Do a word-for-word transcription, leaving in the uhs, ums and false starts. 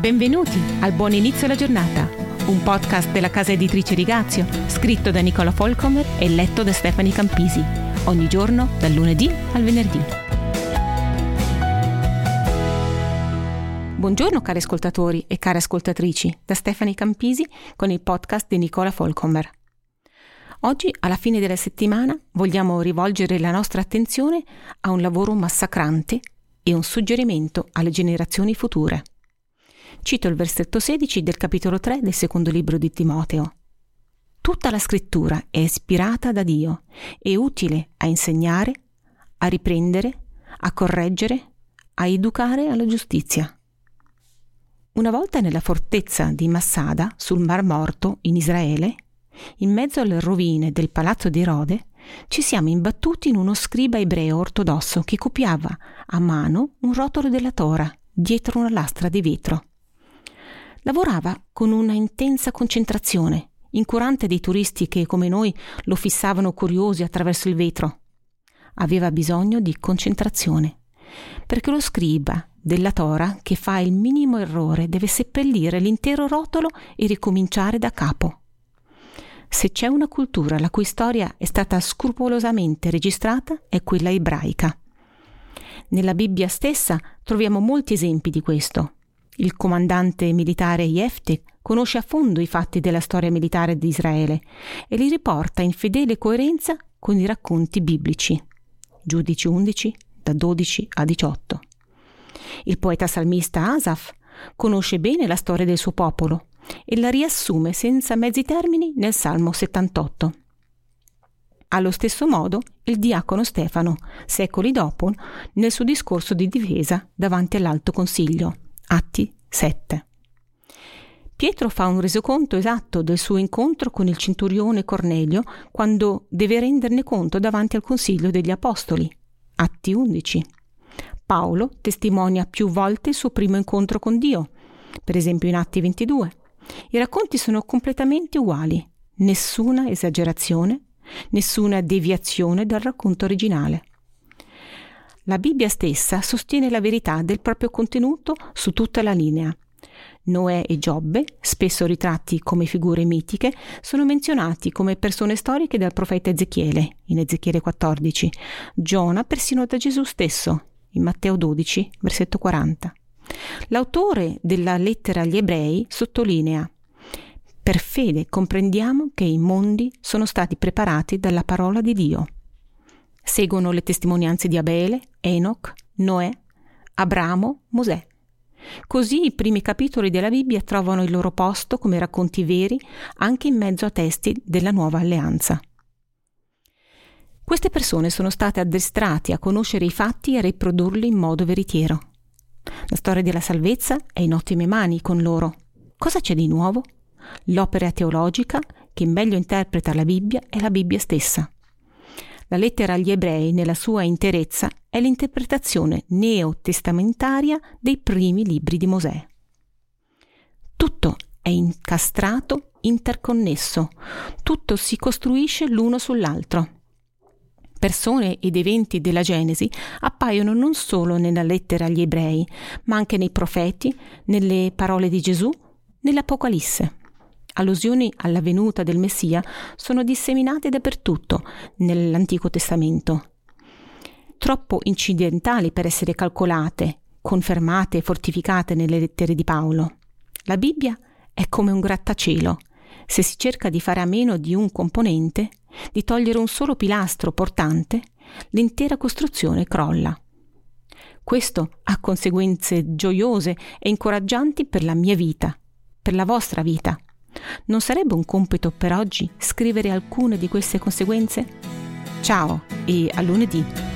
Benvenuti al Buon Inizio alla Giornata, un podcast della casa editrice Rigazio, scritto da Nicola Folcomer e letto da Stephanie Campisi, ogni giorno dal lunedì al venerdì. Buongiorno cari ascoltatori e care ascoltatrici, da Stephanie Campisi con il podcast di Nicola Folcomer. Oggi, alla fine della settimana, vogliamo rivolgere la nostra attenzione a un lavoro massacrante e un suggerimento alle generazioni future. Cito il versetto sedici del capitolo tre del secondo libro di Timoteo. Tutta la scrittura è ispirata da Dio e utile a insegnare, a riprendere, a correggere, a educare alla giustizia. Una volta nella fortezza di Massada, sul Mar Morto, in Israele, in mezzo alle rovine del palazzo di Erode, ci siamo imbattuti in uno scriba ebreo ortodosso che copiava a mano un rotolo della Tora dietro una lastra di vetro. Lavorava con una intensa concentrazione, incurante dei turisti che, come noi, lo fissavano curiosi attraverso il vetro. Aveva bisogno di concentrazione, perché lo scriba della Tora, che fa il minimo errore, deve seppellire l'intero rotolo e ricominciare da capo. Se c'è una cultura la cui storia è stata scrupolosamente registrata, è quella ebraica. Nella Bibbia stessa troviamo molti esempi di questo. Il comandante militare Jefte conosce a fondo i fatti della storia militare di Israele e li riporta in fedele coerenza con i racconti biblici. Giudici undici, da dodici a diciotto. Il poeta salmista Asaf conosce bene la storia del suo popolo e la riassume senza mezzi termini nel Salmo settantotto. Allo stesso modo, il diacono Stefano, secoli dopo, nel suo discorso di difesa davanti all'Alto Consiglio, Atti sette. Pietro fa un resoconto esatto del suo incontro con il centurione Cornelio quando deve renderne conto davanti al Consiglio degli Apostoli, Atti undici. Paolo testimonia più volte il suo primo incontro con Dio, per esempio in Atti ventidue. I racconti sono completamente uguali, nessuna esagerazione, nessuna deviazione dal racconto originale. La Bibbia stessa sostiene la verità del proprio contenuto su tutta la linea. Noè e Giobbe, spesso ritratti come figure mitiche, sono menzionati come persone storiche dal profeta Ezechiele, in Ezechiele quattordici, Giona persino da Gesù stesso, in Matteo dodici, versetto quaranta. L'autore della lettera agli ebrei sottolinea: per fede comprendiamo che i mondi sono stati preparati dalla parola di Dio. Seguono le testimonianze di Abele, Enoch, Noè, Abramo, Mosè. Così i primi capitoli della Bibbia trovano il loro posto come racconti veri anche in mezzo a testi della nuova alleanza. Queste persone sono state addestrate a conoscere i fatti e a riprodurli in modo veritiero. La storia della salvezza è in ottime mani con loro. Cosa c'è di nuovo? L'opera teologica che meglio interpreta la Bibbia è la Bibbia stessa. La lettera agli ebrei nella sua interezza è l'interpretazione neotestamentaria dei primi libri di Mosè. Tutto è incastrato, interconnesso, tutto si costruisce l'uno sull'altro. Persone ed eventi della Genesi appaiono non solo nella lettera agli ebrei, ma anche nei profeti, nelle parole di Gesù, nell'Apocalisse. Allusioni alla venuta del Messia sono disseminate dappertutto nell'Antico Testamento. Troppo incidentali per essere calcolate, confermate e fortificate nelle lettere di Paolo. La Bibbia è come un grattacielo. Se si cerca di fare a meno di un componente, di togliere un solo pilastro portante, l'intera costruzione crolla. Questo ha conseguenze gioiose e incoraggianti per la mia vita, per la vostra vita. Non sarebbe un compito per oggi scrivere alcune di queste conseguenze? Ciao e a lunedì!